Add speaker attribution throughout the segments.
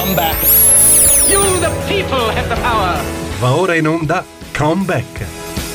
Speaker 1: Comeback.
Speaker 2: You the people have the power.
Speaker 3: Va ora in onda Comeback.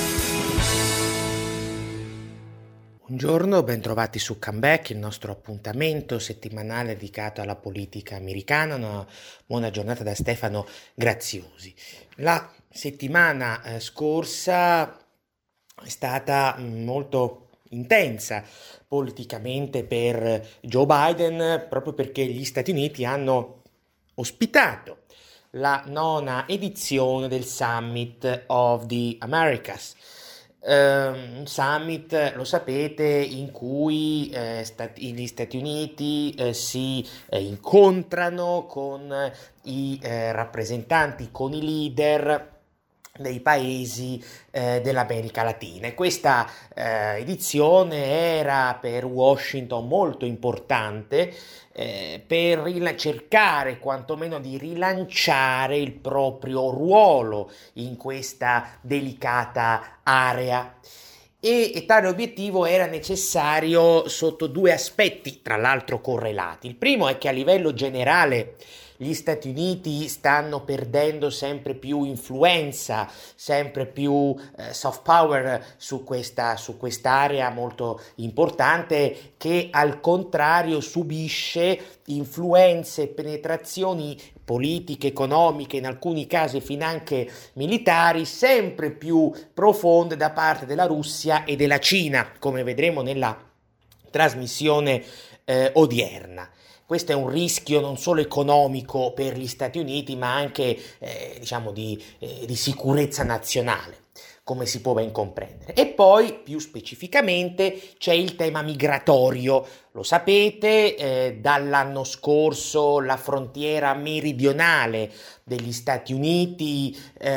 Speaker 4: Buongiorno, bentrovati su Comeback, il nostro appuntamento settimanale dedicato alla politica americana. Una buona giornata da Stefano Graziosi. La settimana scorsa è stata molto intensa politicamente per Joe Biden, proprio perché gli Stati Uniti hanno ospitato la 9ª edizione del Summit of the Americas. Un summit, lo sapete, in cui gli Stati Uniti si incontrano con i rappresentanti, con i leader dei paesi dell'America Latina. E questa edizione era per Washington molto importante per cercare quantomeno di rilanciare il proprio ruolo in questa delicata area. E tale obiettivo era necessario sotto due aspetti, tra l'altro correlati. Il primo è che a livello generale gli Stati Uniti stanno perdendo sempre più influenza, sempre più soft power su quest'area molto importante, che al contrario subisce influenze e penetrazioni politiche, economiche, in alcuni casi finanche militari, sempre più profonde da parte della Russia e della Cina, come vedremo nella trasmissione odierna. Questo è un rischio non solo economico per gli Stati Uniti, ma anche di sicurezza nazionale, come si può ben comprendere. E poi, più specificamente, c'è il tema migratorio. Lo sapete, dall'anno scorso la frontiera meridionale degli Stati Uniti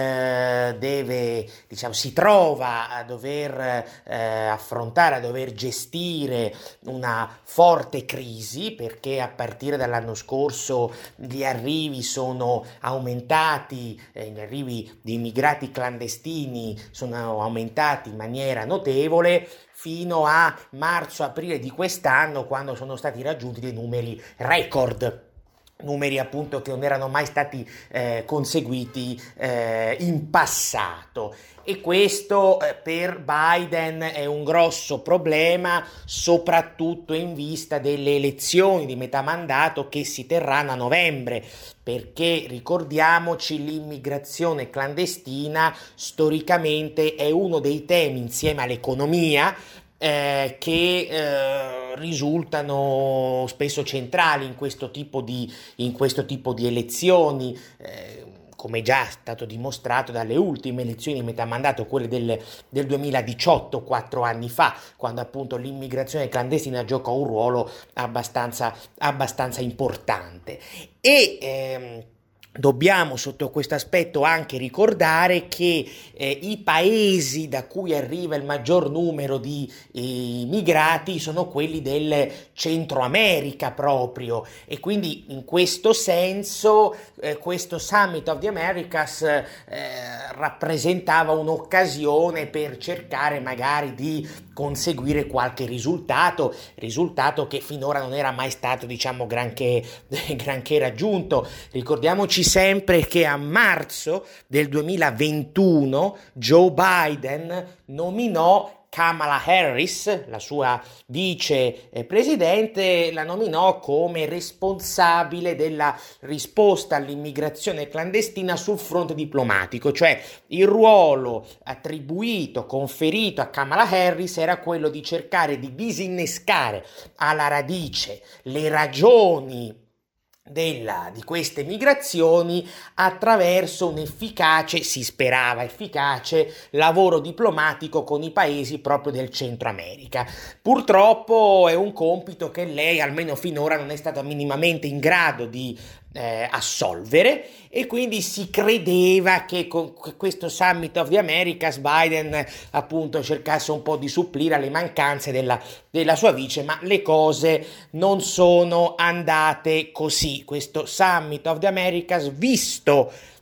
Speaker 4: si trova a dover affrontare, a dover gestire una forte crisi, perché a partire dall'anno scorso gli arrivi sono aumentati, gli arrivi di immigrati clandestini sono aumentati in maniera notevole, fino a marzo-aprile di quest'anno, quando sono stati raggiunti dei numeri record. Numeri appunto che non erano mai stati conseguiti in passato, e questo per Biden è un grosso problema, soprattutto in vista delle elezioni di metà mandato che si terranno a novembre, perché ricordiamoci, l'immigrazione clandestina storicamente è uno dei temi, insieme all'economia, che risultano spesso centrali in questo tipo di elezioni, come già è stato dimostrato dalle ultime elezioni di metà mandato, quelle del 2018, 4 anni fa, quando appunto l'immigrazione clandestina gioca un ruolo abbastanza importante. Dobbiamo sotto questo aspetto anche ricordare che i paesi da cui arriva il maggior numero di migrati sono quelli del Centro America proprio, e quindi in questo senso questo Summit of the Americas rappresentava un'occasione per cercare magari di conseguire qualche risultato che finora non era mai stato granché raggiunto. Ricordiamoci sempre che a marzo del 2021 Joe Biden nominò Kamala Harris, la sua vicepresidente, la nominò come responsabile della risposta all'immigrazione clandestina sul fronte diplomatico, cioè il ruolo conferito a Kamala Harris era quello di cercare di disinnescare alla radice le ragioni di queste migrazioni attraverso un si sperava efficace lavoro diplomatico con i paesi proprio del Centro America. Purtroppo è un compito che lei, almeno finora, non è stata minimamente in grado di assolvere, e quindi si credeva che con questo Summit of the Americas Biden appunto cercasse un po' di supplire alle mancanze della sua vice, ma le cose non sono andate così. Questo Summit of the Americas, visto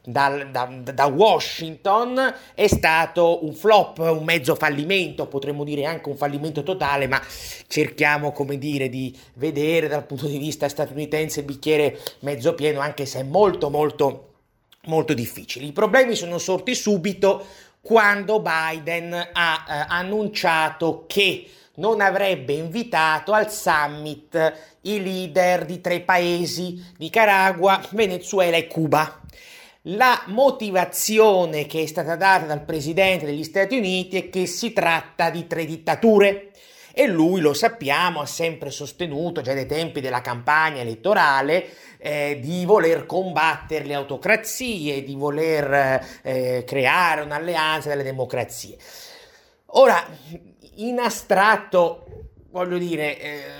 Speaker 4: da Washington è stato un flop, un mezzo fallimento, potremmo dire anche un fallimento totale, ma cerchiamo, come dire, di vedere dal punto di vista statunitense il bicchiere mezzo pieno, anche se è molto molto molto difficile. I problemi sono sorti subito quando Biden ha annunciato che non avrebbe invitato al summit i leader di 3 paesi, Nicaragua, Venezuela e Cuba. La motivazione che è stata data dal presidente degli Stati Uniti è che si tratta di 3 dittature e lui, lo sappiamo, ha sempre sostenuto, già dai tempi della campagna elettorale, di voler combattere le autocrazie, di voler creare un'alleanza delle democrazie. Ora, in astratto, voglio dire,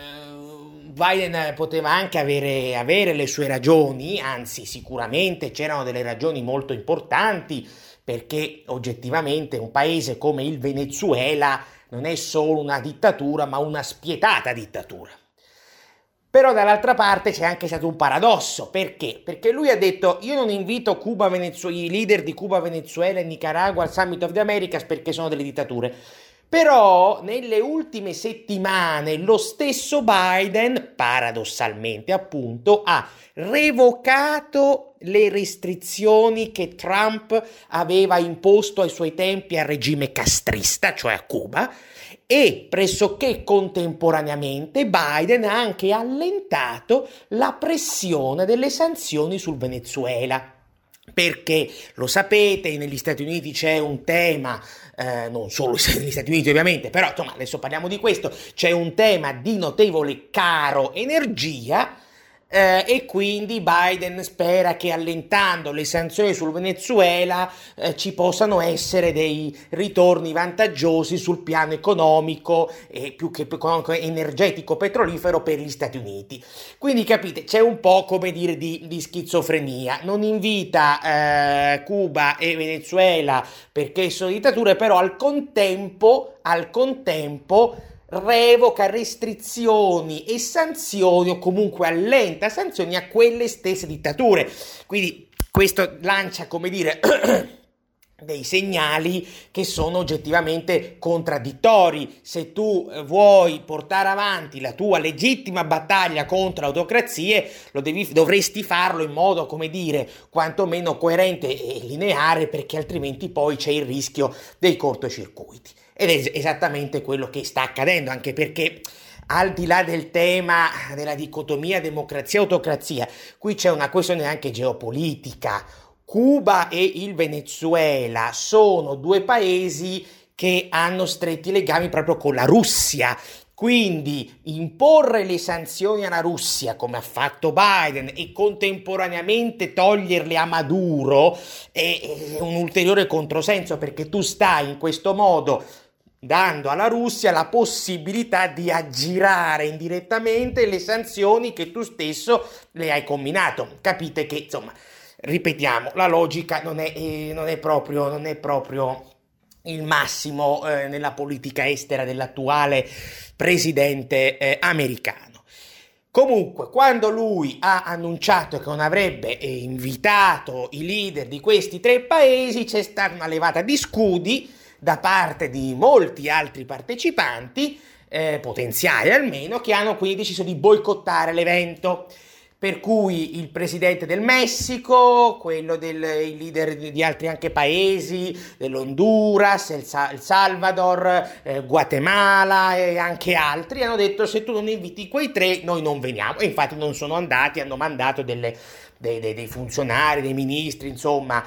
Speaker 4: Biden poteva anche avere le sue ragioni, anzi sicuramente c'erano delle ragioni molto importanti, perché oggettivamente un paese come il Venezuela non è solo una dittatura, ma una spietata dittatura. Però dall'altra parte c'è anche stato un paradosso. Perché? Perché lui ha detto: io non invito i leader di Cuba, Venezuela e Nicaragua al Summit of the Americas perché sono delle dittature. Però nelle ultime settimane lo stesso Biden, paradossalmente appunto, ha revocato le restrizioni che Trump aveva imposto ai suoi tempi al regime castrista, cioè a Cuba, e pressoché contemporaneamente Biden ha anche allentato la pressione delle sanzioni sul Venezuela. Perché, lo sapete, negli Stati Uniti c'è un tema, non solo negli Stati Uniti ovviamente, però insomma adesso parliamo di questo, c'è un tema di notevole caro energia, e quindi Biden spera che allentando le sanzioni sul Venezuela ci possano essere dei ritorni vantaggiosi sul piano economico e più che economico energetico petrolifero per gli Stati Uniti. Quindi capite, c'è un po', come dire, di schizofrenia. Non invita Cuba e Venezuela perché sono dittature, però al contempo revoca restrizioni e sanzioni, o comunque allenta sanzioni a quelle stesse dittature. Quindi questo lancia, come dire, dei segnali che sono oggettivamente contraddittori. Se tu vuoi portare avanti la tua legittima battaglia contro autocrazie, dovresti farlo in modo, come dire, quantomeno coerente e lineare, perché altrimenti poi c'è il rischio dei cortocircuiti. Ed è esattamente quello che sta accadendo, anche perché al di là del tema della dicotomia democrazia-autocrazia, qui c'è una questione anche geopolitica. Cuba e il Venezuela sono 2 paesi che hanno stretti legami proprio con la Russia. Quindi imporre le sanzioni alla Russia, come ha fatto Biden, e contemporaneamente toglierle a Maduro è un ulteriore controsenso, perché tu stai in questo modo dando alla Russia la possibilità di aggirare indirettamente le sanzioni che tu stesso le hai comminato. Capite che, insomma, ripetiamo, la logica non è proprio il massimo nella politica estera dell'attuale presidente americano. Comunque, quando lui ha annunciato che non avrebbe invitato i leader di questi 3 paesi, c'è stata una levata di scudi da parte di molti altri partecipanti, potenziali almeno, che hanno quindi deciso di boicottare l'evento. Per cui il presidente del Messico, quello i leader di altri anche paesi, dell'Honduras, il Salvador, Guatemala e anche altri, hanno detto: se tu non inviti quei 3 noi non veniamo. E infatti non sono andati, hanno mandato dei funzionari, dei ministri, insomma,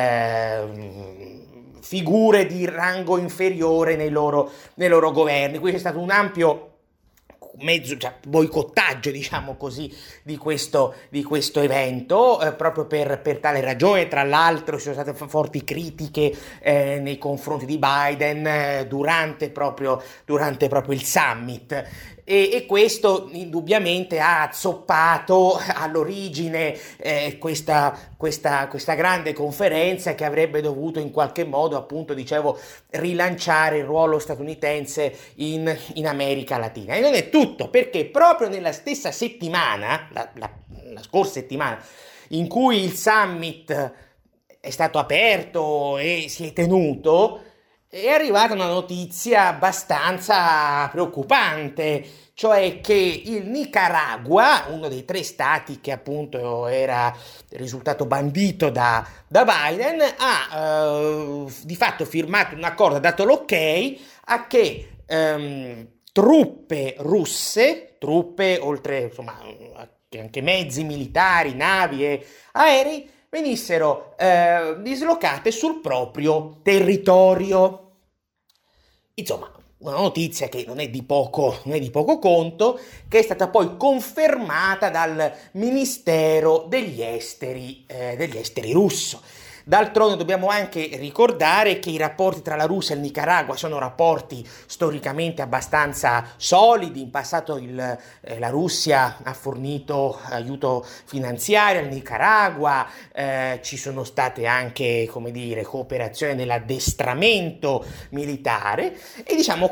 Speaker 4: figure di rango inferiore nei loro governi. Quindi è stato un ampio boicottaggio, diciamo così, di questo evento, proprio per tale ragione. Tra l'altro ci sono state forti critiche nei confronti di Biden durante proprio il summit. E questo indubbiamente ha zoppato all'origine questa grande conferenza, che avrebbe dovuto in qualche modo, appunto, dicevo, rilanciare il ruolo statunitense in America Latina. E non è tutto, perché proprio nella stessa settimana, la scorsa settimana, in cui il summit è stato aperto e si è tenuto, è arrivata una notizia abbastanza preoccupante, cioè che il Nicaragua, uno dei 3 stati che appunto era risultato bandito da Biden, ha di fatto firmato un accordo, ha dato l'ok a che truppe russe, oltre insomma anche mezzi militari, navi e aerei, venissero dislocate sul proprio territorio. Insomma, una notizia che non è di poco conto, che è stata poi confermata dal Ministero degli Esteri russo. D'altronde dobbiamo anche ricordare che i rapporti tra la Russia e il Nicaragua sono rapporti storicamente abbastanza solidi. In passato la Russia ha fornito aiuto finanziario al Nicaragua, ci sono state anche, come dire, cooperazioni nell'addestramento militare e diciamo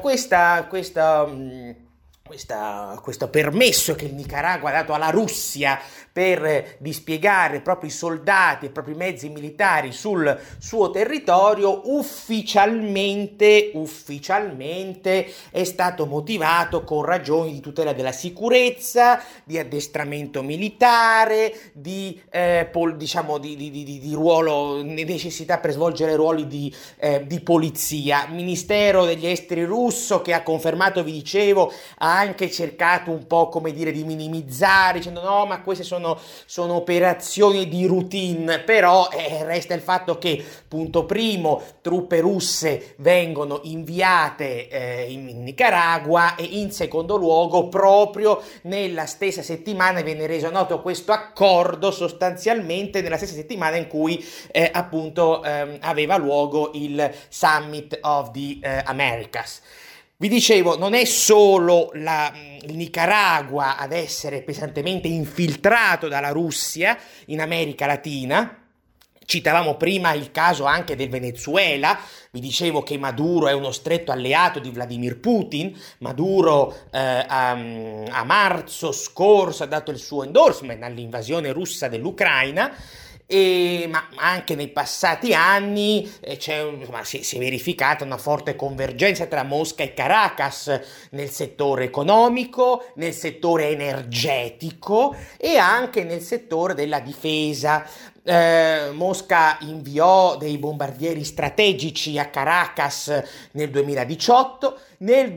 Speaker 4: questo permesso che il Nicaragua ha dato alla Russia per dispiegare i propri soldati e i propri mezzi militari sul suo territorio ufficialmente è stato motivato con ragioni di tutela della sicurezza, di addestramento militare, di ruolo, necessità per svolgere ruoli di polizia. Ministero degli Esteri russo, che ha confermato, vi dicevo, ha anche cercato un po', come dire, di minimizzare, dicendo no, ma queste sono operazioni di routine, però resta il fatto che, punto primo, truppe russe vengono inviate in Nicaragua e in secondo luogo proprio nella stessa settimana viene reso noto questo accordo, sostanzialmente nella stessa settimana in cui aveva luogo il Summit of the Americas. Vi dicevo, non è solo il Nicaragua ad essere pesantemente infiltrato dalla Russia in America Latina. Citavamo prima il caso anche del Venezuela, vi dicevo che Maduro è uno stretto alleato di Vladimir Putin. Maduro a marzo scorso ha dato il suo endorsement all'invasione russa dell'Ucraina. Ma anche nei passati anni si è verificata una forte convergenza tra Mosca e Caracas nel settore economico, nel settore energetico e anche nel settore della difesa. Mosca inviò dei bombardieri strategici a Caracas nel 2018, nel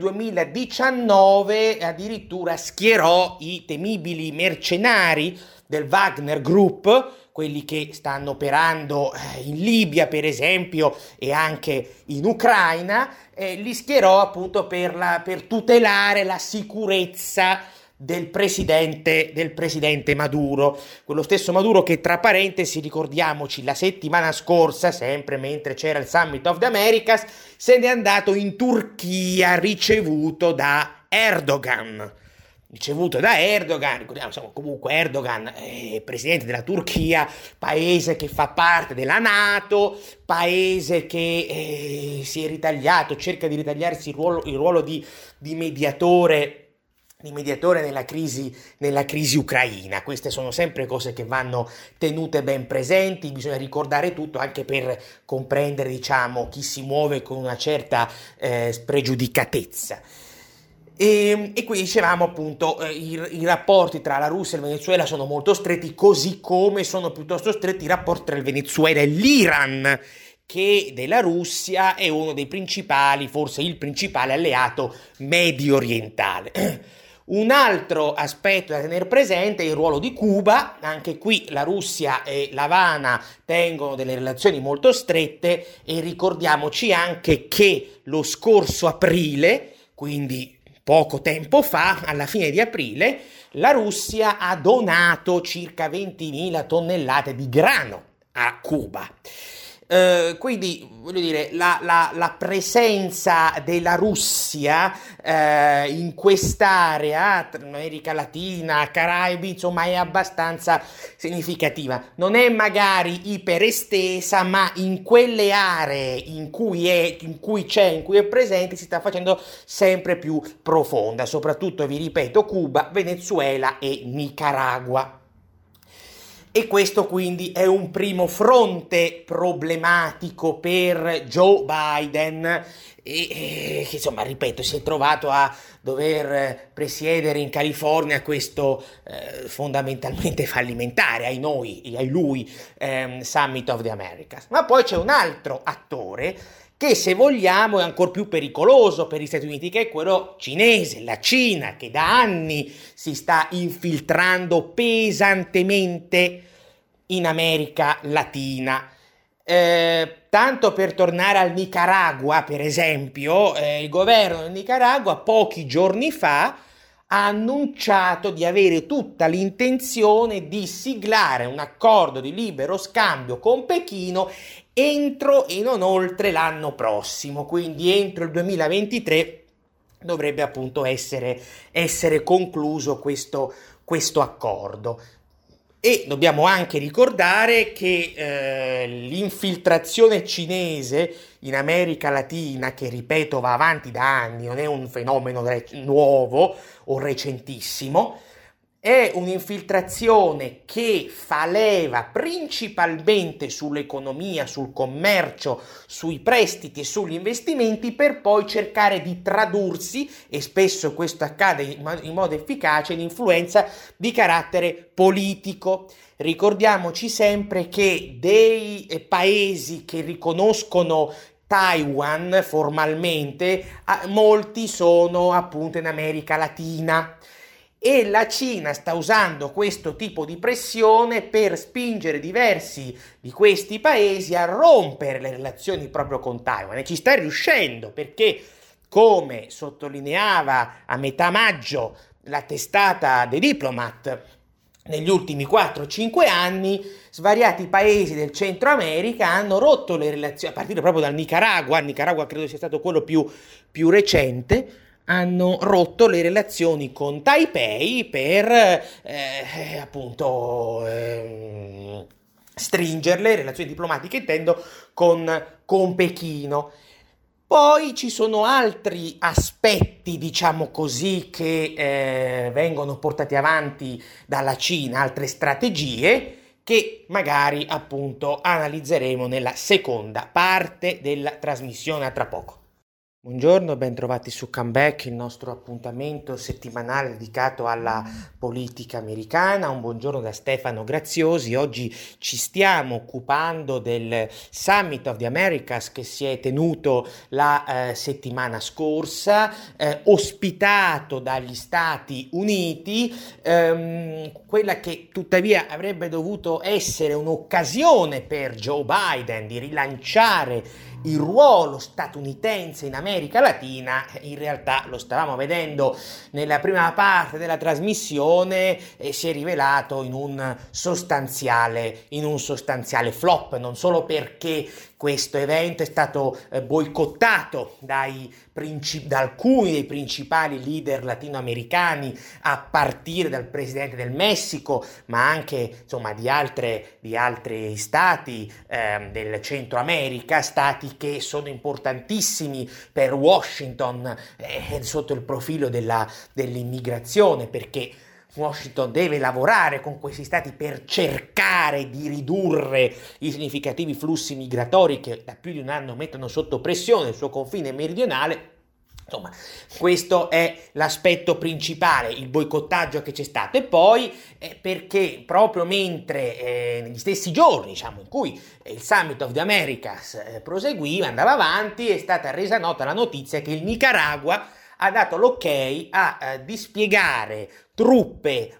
Speaker 4: 2019 addirittura schierò i temibili mercenari del Wagner Group, quelli che stanno operando in Libia per esempio e anche in Ucraina, li schierò appunto per tutelare la sicurezza del presidente Maduro, quello stesso Maduro che, tra parentesi, ricordiamoci, la settimana scorsa, sempre mentre c'era il Summit of the Americas, se n'è andato in Turchia ricevuto da Erdogan. Ricordiamo, insomma, comunque Erdogan è presidente della Turchia, paese che fa parte della NATO, paese che si è ritagliato, cerca di ritagliarsi il ruolo di mediatore nella crisi ucraina. Queste sono sempre cose che vanno tenute ben presenti, bisogna ricordare tutto anche per comprendere, diciamo, chi si muove con una certa spregiudicatezza. E qui dicevamo appunto i rapporti tra la Russia e il Venezuela sono molto stretti, così come sono piuttosto stretti i rapporti tra il Venezuela e l'Iran, che della Russia è uno dei principali, forse il principale alleato medio orientale. Un altro aspetto da tenere presente è il ruolo di Cuba. Anche qui la Russia e l'Havana tengono delle relazioni molto strette e ricordiamoci anche che lo scorso aprile, quindi poco tempo fa, alla fine di aprile, la Russia ha donato circa 20.000 tonnellate di grano a Cuba. Quindi voglio dire, la presenza della Russia in quest'area, America Latina, Caraibi, insomma, è abbastanza significativa. Non è magari iperestesa, ma in quelle aree in cui è presente si sta facendo sempre più profonda, soprattutto, vi ripeto, Cuba, Venezuela e Nicaragua. E questo quindi è un primo fronte problematico per Joe Biden, che insomma, ripeto, si è trovato a dover presiedere in California questo fondamentalmente fallimentare, ai lui, Summit of the Americas. Ma poi c'è un altro attore che, se vogliamo, è ancora più pericoloso per gli Stati Uniti, che è quello cinese, la Cina, che da anni si sta infiltrando pesantemente in America Latina. Tanto per tornare al Nicaragua, per esempio, il governo del Nicaragua pochi giorni fa ha annunciato di avere tutta l'intenzione di siglare un accordo di libero scambio con Pechino entro e non oltre l'anno prossimo, quindi entro il 2023 dovrebbe appunto essere concluso questo accordo. E dobbiamo anche ricordare che l'infiltrazione cinese in America Latina, che ripeto va avanti da anni, non è un fenomeno nuovo o recentissimo, è un'infiltrazione che fa leva principalmente sull'economia, sul commercio, sui prestiti e sugli investimenti, per poi cercare di tradursi, e spesso questo accade in modo efficace, in influenza di carattere politico. Ricordiamoci sempre che dei paesi che riconoscono Taiwan formalmente, molti sono appunto in America Latina. E la Cina sta usando questo tipo di pressione per spingere diversi di questi paesi a rompere le relazioni proprio con Taiwan, e ci sta riuscendo perché, come sottolineava a metà maggio la testata The Diplomat, negli ultimi 4-5 anni svariati paesi del Centro America hanno rotto le relazioni, a partire proprio dal Nicaragua. Il Nicaragua credo sia stato quello più recente. Hanno rotto le relazioni con Taipei per stringerle, relazioni diplomatiche intendo, con Pechino. Poi ci sono altri aspetti, diciamo così, che vengono portati avanti dalla Cina, altre strategie che magari appunto analizzeremo nella seconda parte della trasmissione. A tra poco. Buongiorno, ben trovati su Comeback, il nostro appuntamento settimanale dedicato alla politica americana. Un buongiorno da Stefano Graziosi. Oggi ci stiamo occupando del Summit of the Americas che si è tenuto la settimana scorsa, ospitato dagli Stati Uniti, quella che tuttavia avrebbe dovuto essere un'occasione per Joe Biden di rilanciare il ruolo statunitense in America Latina. In realtà, lo stavamo vedendo nella prima parte della trasmissione, si è rivelato in un sostanziale flop, non solo perché questo evento è stato boicottato da alcuni dei principali leader latinoamericani, a partire dal presidente del Messico, ma anche insomma di altri stati del Centro America, stati che sono importantissimi per Washington sotto il profilo dell'immigrazione, perché Washington deve lavorare con questi stati per cercare di ridurre i significativi flussi migratori che da più di un anno mettono sotto pressione il suo confine meridionale. Insomma, questo è l'aspetto principale, il boicottaggio che c'è stato. E poi perché proprio mentre negli stessi giorni, diciamo, in cui il Summit of the Americas proseguiva, andava avanti, è stata resa nota la notizia che il Nicaragua ha dato l'ok a dispiegare truppe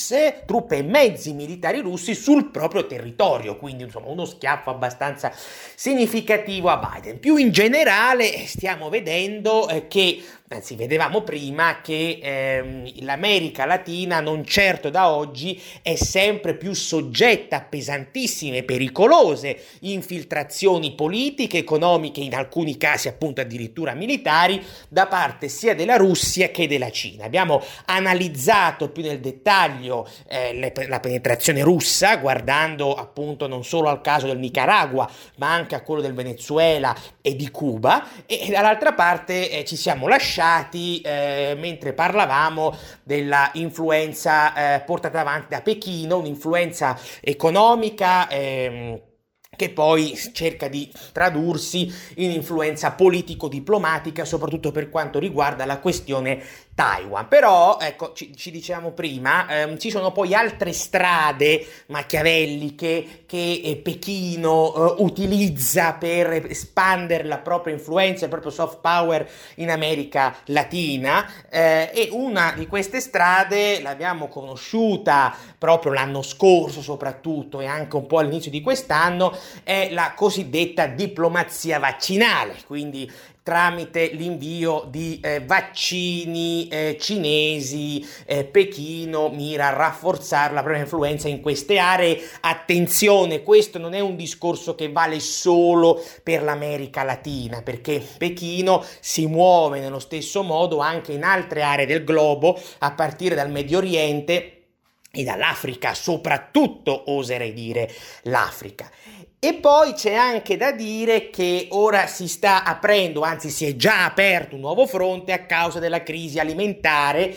Speaker 4: e mezzi militari russi sul proprio territorio, quindi insomma uno schiaffo abbastanza significativo a Biden. Più in generale stiamo vedendo vedevamo prima che l'America Latina, non certo da oggi, è sempre più soggetta a pesantissime e pericolose infiltrazioni politiche, economiche, in alcuni casi appunto addirittura militari, da parte sia della Russia che della Cina. Abbiamo analizzato più nel dettaglio la penetrazione russa, guardando appunto non solo al caso del Nicaragua, ma anche a quello del Venezuela e di Cuba, e dall'altra parte ci siamo lasciati lasciati mentre parlavamo della influenza portata avanti da Pechino, un'influenza economica che poi cerca di tradursi in influenza politico-diplomatica, soprattutto per quanto riguarda la questione Taiwan. Però, ecco, ci dicevamo prima, ci sono poi altre strade machiavelliche che Pechino utilizza per espandere la propria influenza, il proprio soft power in America Latina, e una di queste strade l'abbiamo conosciuta proprio l'anno scorso soprattutto, e anche un po' all'inizio di quest'anno, è la cosiddetta diplomazia vaccinale, quindi tramite l'invio di vaccini cinesi, Pechino mira a rafforzare la propria influenza in queste aree. Attenzione, questo non è un discorso che vale solo per l'America Latina, perché Pechino si muove nello stesso modo anche in altre aree del globo, a partire dal Medio Oriente e dall'Africa, soprattutto oserei dire l'Africa. E poi c'è anche da dire che ora si sta aprendo, anzi si è già aperto un nuovo fronte a causa della crisi alimentare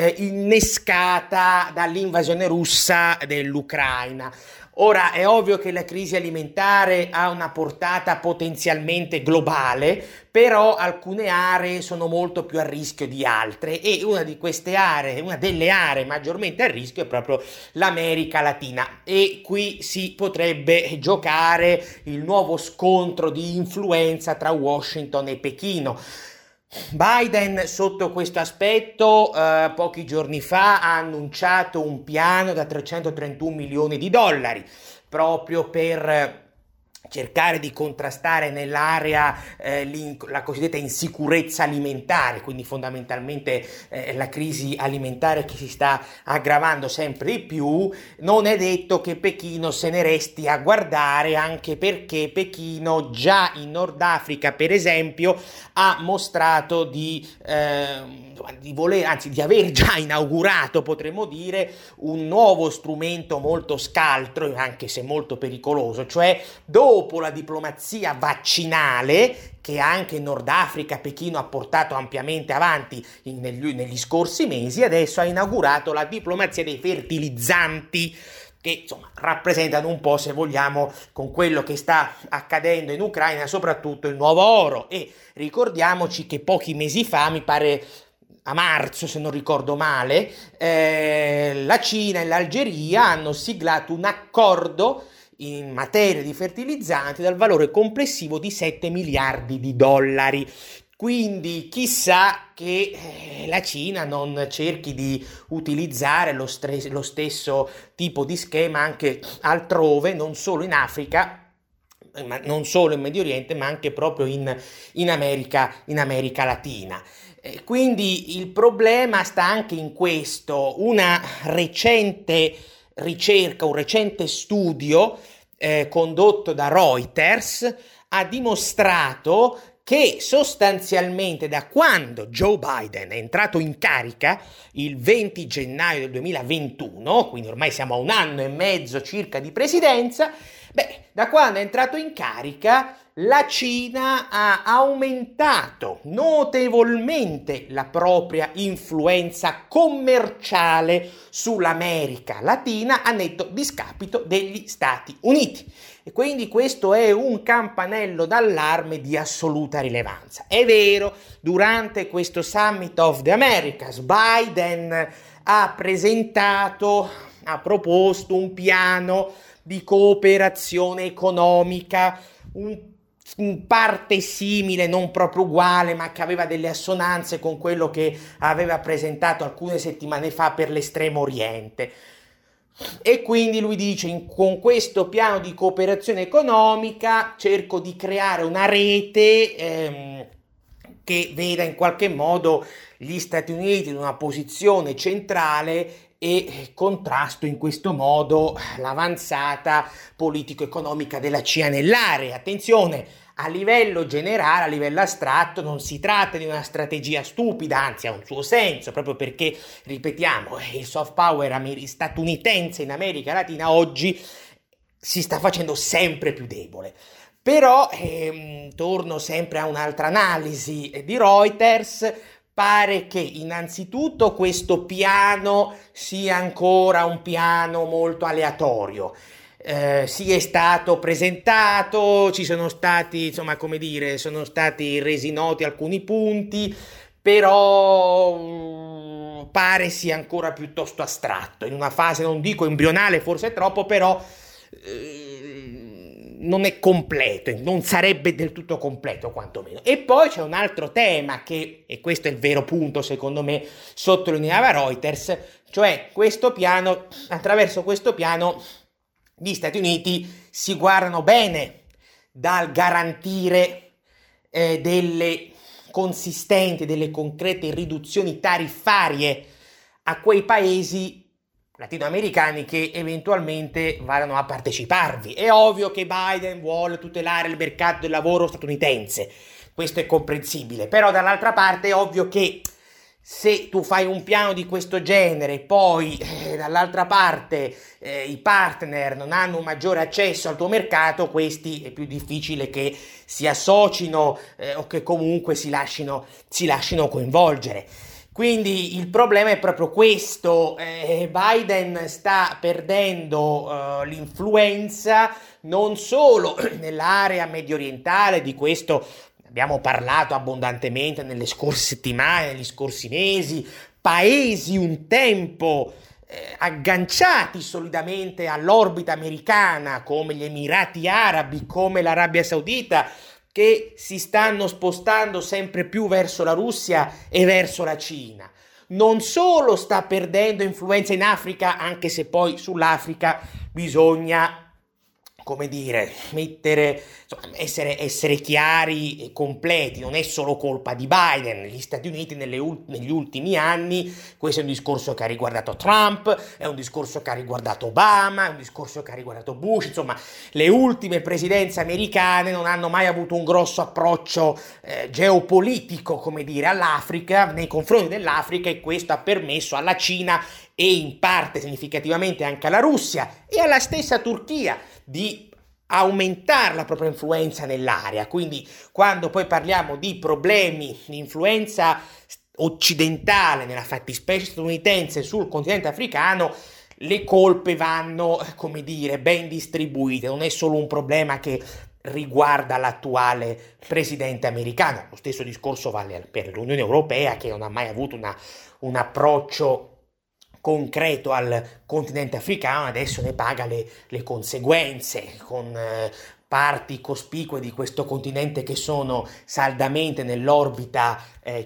Speaker 4: innescata dall'invasione russa dell'Ucraina. Ora è ovvio che la crisi alimentare ha una portata potenzialmente globale, però alcune aree sono molto più a rischio di altre, e una di queste aree, una delle aree maggiormente a rischio è proprio l'America Latina, e qui si potrebbe giocare il nuovo scontro di influenza tra Washington e Pechino. Biden sotto questo aspetto pochi giorni fa ha annunciato un piano da 331 milioni di dollari proprio per cercare di contrastare nell'area la cosiddetta insicurezza alimentare, quindi fondamentalmente la crisi alimentare che si sta aggravando sempre di più. Non è detto che Pechino se ne resti a guardare, anche perché Pechino già in Nord Africa, per esempio, ha mostrato di voler, anzi di aver già inaugurato, potremmo dire, un nuovo strumento molto scaltro, anche se molto pericoloso, cioè dopo la diplomazia vaccinale che anche in Nord Africa Pechino ha portato ampiamente avanti negli scorsi mesi, adesso ha inaugurato la diplomazia dei fertilizzanti, che insomma rappresentano un po', se vogliamo, con quello che sta accadendo in Ucraina, soprattutto il nuovo oro. E ricordiamoci che pochi mesi fa, mi pare a marzo se non ricordo male, la Cina e l'Algeria hanno siglato un accordo in materia di fertilizzanti dal valore complessivo di 7 miliardi di dollari. Quindi chissà che la Cina non cerchi di utilizzare lo stesso tipo di schema anche altrove, non solo in Africa, ma non solo in Medio Oriente, ma anche proprio in America Latina. Quindi il problema sta anche in questo. Una recente ricerca, un recente studio condotto da Reuters ha dimostrato che sostanzialmente da quando Joe Biden è entrato in carica il 20 gennaio del 2021, quindi ormai siamo a un anno e mezzo circa di presidenza, da quando è entrato in carica la Cina ha aumentato notevolmente la propria influenza commerciale sull'America Latina a netto discapito degli Stati Uniti. E quindi questo è un campanello d'allarme di assoluta rilevanza. È vero, durante questo Summit of the Americas, Biden ha proposto un piano di cooperazione economica, in parte simile, non proprio uguale, ma che aveva delle assonanze con quello che aveva presentato alcune settimane fa per l'Estremo Oriente. E quindi lui dice: con questo piano di cooperazione economica cerco di creare una rete che veda in qualche modo gli Stati Uniti in una posizione centrale e contrasto in questo modo l'avanzata politico-economica della Cina nell'area. Attenzione, a livello generale, a livello astratto, non si tratta di una strategia stupida, anzi ha un suo senso, proprio perché, ripetiamo, il soft power statunitense in America Latina oggi si sta facendo sempre più debole. Però torno sempre a un'altra analisi di Reuters. pare che innanzitutto questo piano sia ancora un piano molto aleatorio. Si è stato presentato, ci sono stati, sono stati resi noti alcuni punti, però pare sia ancora piuttosto astratto, in una fase, non dico embrionale, forse è troppo, però non è completo, non sarebbe del tutto completo quantomeno. E poi c'è un altro tema e questo è il vero punto secondo me, sottolineava Reuters, cioè questo piano, attraverso questo piano gli Stati Uniti si guardano bene dal garantire delle consistenti, delle concrete riduzioni tariffarie a quei paesi latinoamericani che eventualmente vadano a parteciparvi. È ovvio che Biden vuole tutelare il mercato del lavoro statunitense, questo è comprensibile, però dall'altra parte è ovvio che se tu fai un piano di questo genere, poi dall'altra parte i partner non hanno un maggiore accesso al tuo mercato, questi è più difficile che si associno o che comunque si lasciano coinvolgere. Quindi il problema è proprio questo, Biden sta perdendo l'influenza non solo nell'area medio orientale, di questo abbiamo parlato abbondantemente nelle scorse settimane, negli scorsi mesi, paesi un tempo agganciati solidamente all'orbita americana come gli Emirati Arabi, come l'Arabia Saudita, che si stanno spostando sempre più verso la Russia e verso la Cina. Non solo sta perdendo influenza in Africa, anche se poi sull'Africa bisogna, essere chiari e completi, non è solo colpa di Biden. Gli Stati Uniti negli ultimi anni, questo è un discorso che ha riguardato Trump, è un discorso che ha riguardato Obama, è un discorso che ha riguardato Bush, insomma le ultime presidenze americane non hanno mai avuto un grosso approccio geopolitico, all'Africa, nei confronti dell'Africa, e questo ha permesso alla Cina e in parte significativamente anche alla Russia e alla stessa Turchia di aumentare la propria influenza nell'area. Quindi quando poi parliamo di problemi di influenza occidentale, nella fattispecie statunitense, sul continente africano, le colpe vanno, ben distribuite. Non è solo un problema che riguarda l'attuale presidente americano. Lo stesso discorso vale per l'Unione Europea, che non ha mai avuto un approccio concreto al continente africano, adesso ne paga le conseguenze, con parti cospicue di questo continente che sono saldamente nell'orbita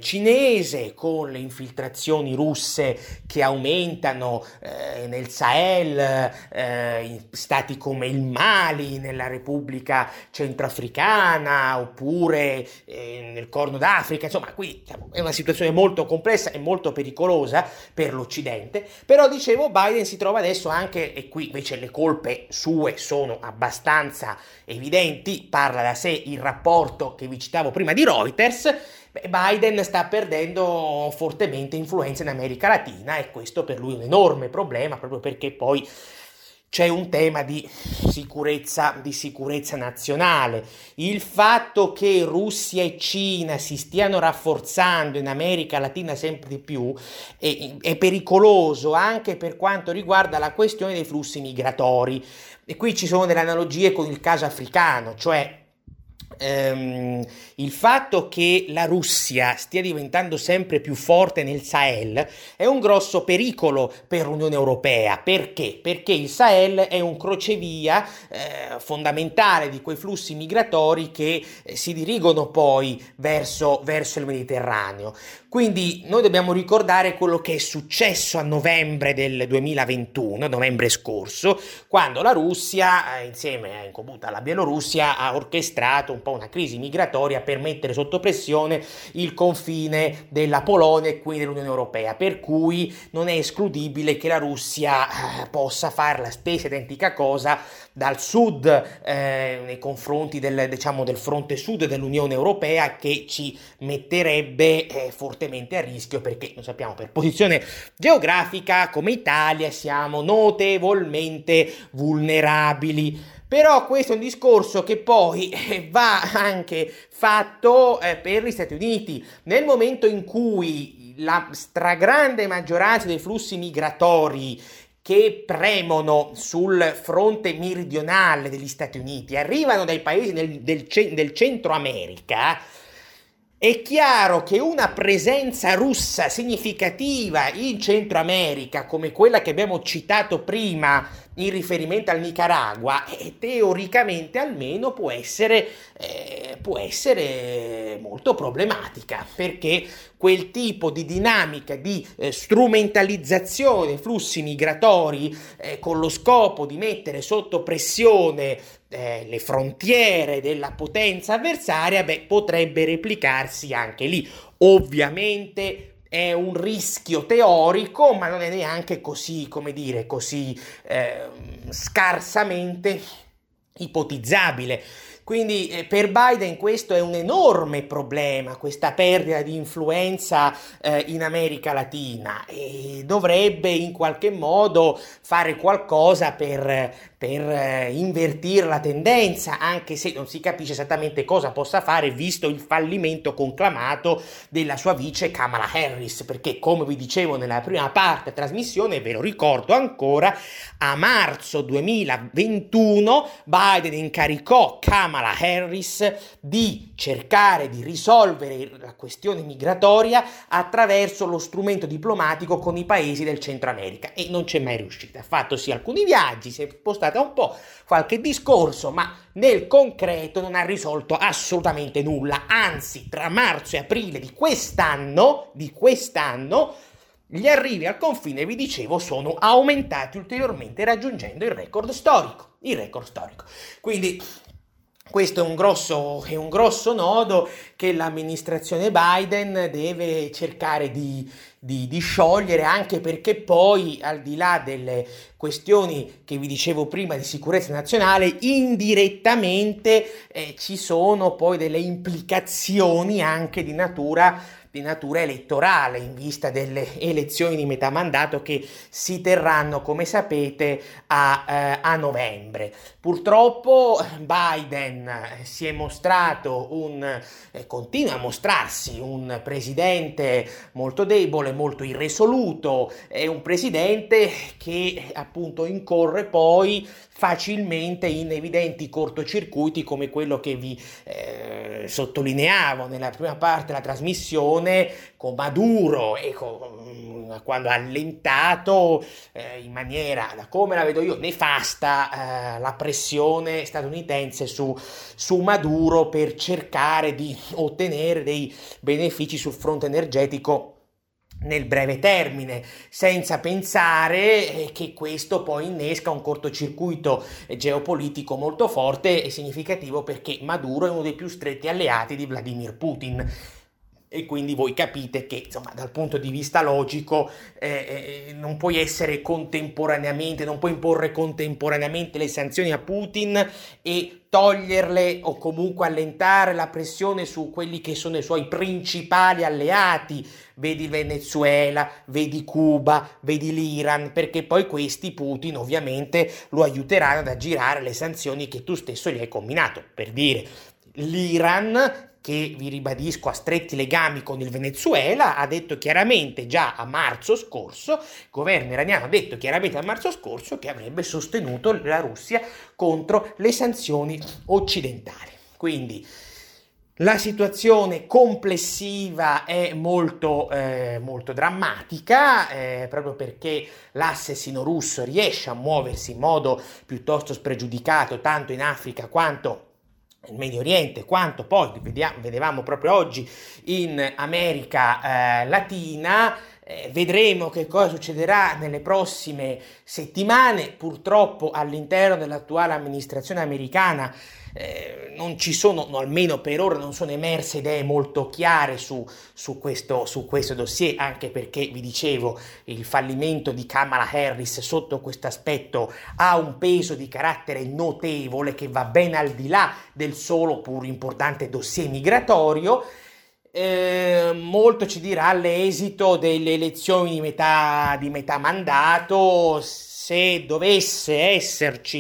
Speaker 4: cinese, con le infiltrazioni russe che aumentano nel Sahel, in stati come il Mali, nella Repubblica Centroafricana, oppure nel Corno d'Africa. Insomma, qui è una situazione molto complessa e molto pericolosa per l'Occidente. Però dicevo, Biden si trova adesso anche, e qui invece le colpe sue sono abbastanza evidenti, parla da sé il rapporto che vi citavo prima di Reuters. Biden sta perdendo fortemente influenza in America Latina, e questo per lui è un enorme problema, proprio perché poi c'è un tema di sicurezza nazionale. Il fatto che Russia e Cina si stiano rafforzando in America Latina sempre di più è pericoloso anche per quanto riguarda la questione dei flussi migratori. E qui ci sono delle analogie con il caso africano, cioè il fatto che la Russia stia diventando sempre più forte nel Sahel è un grosso pericolo per l'Unione Europea. Perché? Perché il Sahel è un crocevia fondamentale di quei flussi migratori che si dirigono poi verso il Mediterraneo. Quindi noi dobbiamo ricordare quello che è successo a novembre del 2021, novembre scorso, quando la Russia, insieme in comuta alla Bielorussia, ha orchestrato un po' una crisi migratoria per mettere sotto pressione il confine della Polonia e quindi dell'Unione Europea, per cui non è escludibile che la Russia possa fare la stessa identica cosa dal sud nei confronti del fronte sud dell'Unione Europea, che ci metterebbe fortemente a rischio, perché noi sappiamo per posizione geografica come Italia siamo notevolmente vulnerabili. Però questo è un discorso che poi va anche fatto per gli Stati Uniti. Nel momento in cui la stragrande maggioranza dei flussi migratori che premono sul fronte meridionale degli Stati Uniti arrivano dai paesi del Centro America, è chiaro che una presenza russa significativa in Centro America, come quella che abbiamo citato prima in riferimento al Nicaragua, teoricamente almeno può essere molto problematica, perché quel tipo di dinamica di strumentalizzazione dei flussi migratori con lo scopo di mettere sotto pressione le frontiere della potenza avversaria, potrebbe replicarsi anche lì. Ovviamente è un rischio teorico, ma non è neanche così, così scarsamente ipotizzabile. Quindi per Biden questo è un enorme problema, questa perdita di influenza in America Latina, e dovrebbe in qualche modo fare qualcosa per invertire la tendenza, anche se non si capisce esattamente cosa possa fare, visto il fallimento conclamato della sua vice Kamala Harris, perché, come vi dicevo nella prima parte trasmissione, ve lo ricordo ancora, a marzo 2021 Biden incaricò Kamala Harris di cercare di risolvere la questione migratoria attraverso lo strumento diplomatico con i paesi del Centro America, e non c'è mai riuscita. Ha fatto sì alcuni viaggi, si è spostata un po', qualche discorso, ma nel concreto non ha risolto assolutamente nulla. Anzi, tra marzo e aprile di quest'anno gli arrivi al confine, vi dicevo, sono aumentati ulteriormente, raggiungendo il record storico. Quindi questo è un grosso nodo che l'amministrazione Biden deve cercare di sciogliere, anche perché poi, al di là delle questioni che vi dicevo prima di sicurezza nazionale, indirettamente ci sono poi delle implicazioni anche di natura elettorale, in vista delle elezioni di metà mandato che si terranno, come sapete, a novembre. Purtroppo Biden si è mostrato continua a mostrarsi un presidente molto debole, molto irresoluto, è un presidente che appunto incorre poi facilmente in evidenti cortocircuiti, come quello che vi sottolineavo nella prima parte della trasmissione con Maduro, e quando ha allentato in maniera, da come la vedo io, nefasta la pressione statunitense su Maduro per cercare di ottenere dei benefici sul fronte energetico nel breve termine, senza pensare che questo poi innesca un cortocircuito geopolitico molto forte e significativo, perché Maduro è uno dei più stretti alleati di Vladimir Putin. E quindi voi capite che, insomma, dal punto di vista logico non puoi imporre contemporaneamente le sanzioni a Putin e toglierle, o comunque allentare la pressione su quelli che sono i suoi principali alleati, vedi il Venezuela, vedi Cuba, vedi l'Iran, perché poi questi Putin ovviamente lo aiuteranno ad aggirare le sanzioni che tu stesso gli hai comminato. Per dire, l'Iran, che vi ribadisco ha stretti legami con il Venezuela, ha detto chiaramente già a marzo scorso, il governo iraniano ha detto chiaramente a marzo scorso che avrebbe sostenuto la Russia contro le sanzioni occidentali. Quindi la situazione complessiva è molto drammatica, proprio perché l'asse sino-russo riesce a muoversi in modo piuttosto spregiudicato tanto in Africa quanto in Medio Oriente, quanto poi vedevamo proprio oggi in America Latina. Vedremo che cosa succederà nelle prossime settimane. Purtroppo all'interno dell'attuale amministrazione americana non ci sono, no, almeno per ora non sono emerse idee molto chiare su questo dossier, anche perché vi dicevo il fallimento di Kamala Harris sotto questo aspetto ha un peso di carattere notevole che va ben al di là del solo pur importante dossier migratorio. Molto ci dirà l'esito delle elezioni di metà mandato, se dovesse esserci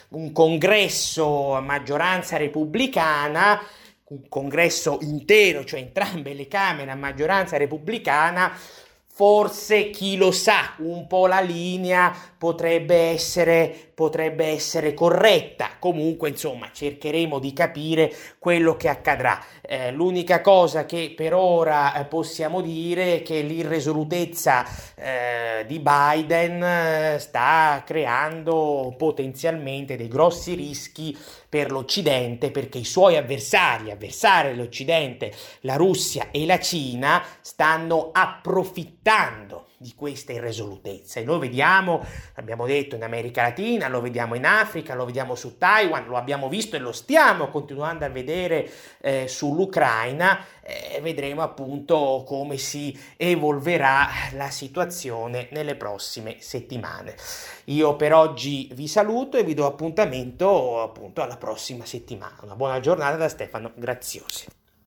Speaker 4: un congresso a maggioranza repubblicana, un congresso intero, cioè entrambe le Camere a maggioranza repubblicana, forse, chi lo sa, un po' la linea potrebbe essere corretta. Comunque, insomma, cercheremo di capire quello che accadrà. L'unica cosa che per ora possiamo dire è che l'irresolutezza di Biden sta creando potenzialmente dei grossi rischi per l'Occidente, perché i suoi avversari dell'Occidente, la Russia e la Cina, stanno approfittando di questa irresolutezza, e lo vediamo, abbiamo detto, in America Latina, lo vediamo in Africa, lo vediamo su Taiwan, lo abbiamo visto e lo stiamo continuando a vedere sull'Ucraina. Vedremo appunto come si evolverà la situazione nelle prossime settimane. Io per oggi vi saluto e vi do appuntamento appunto alla prossima settimana. Una buona giornata da Stefano Graziosi.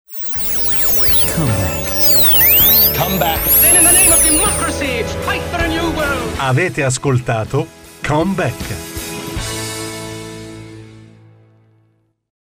Speaker 2: Come back. Then in the name of democracy, fight for a new world.
Speaker 3: Avete ascoltato Come Back.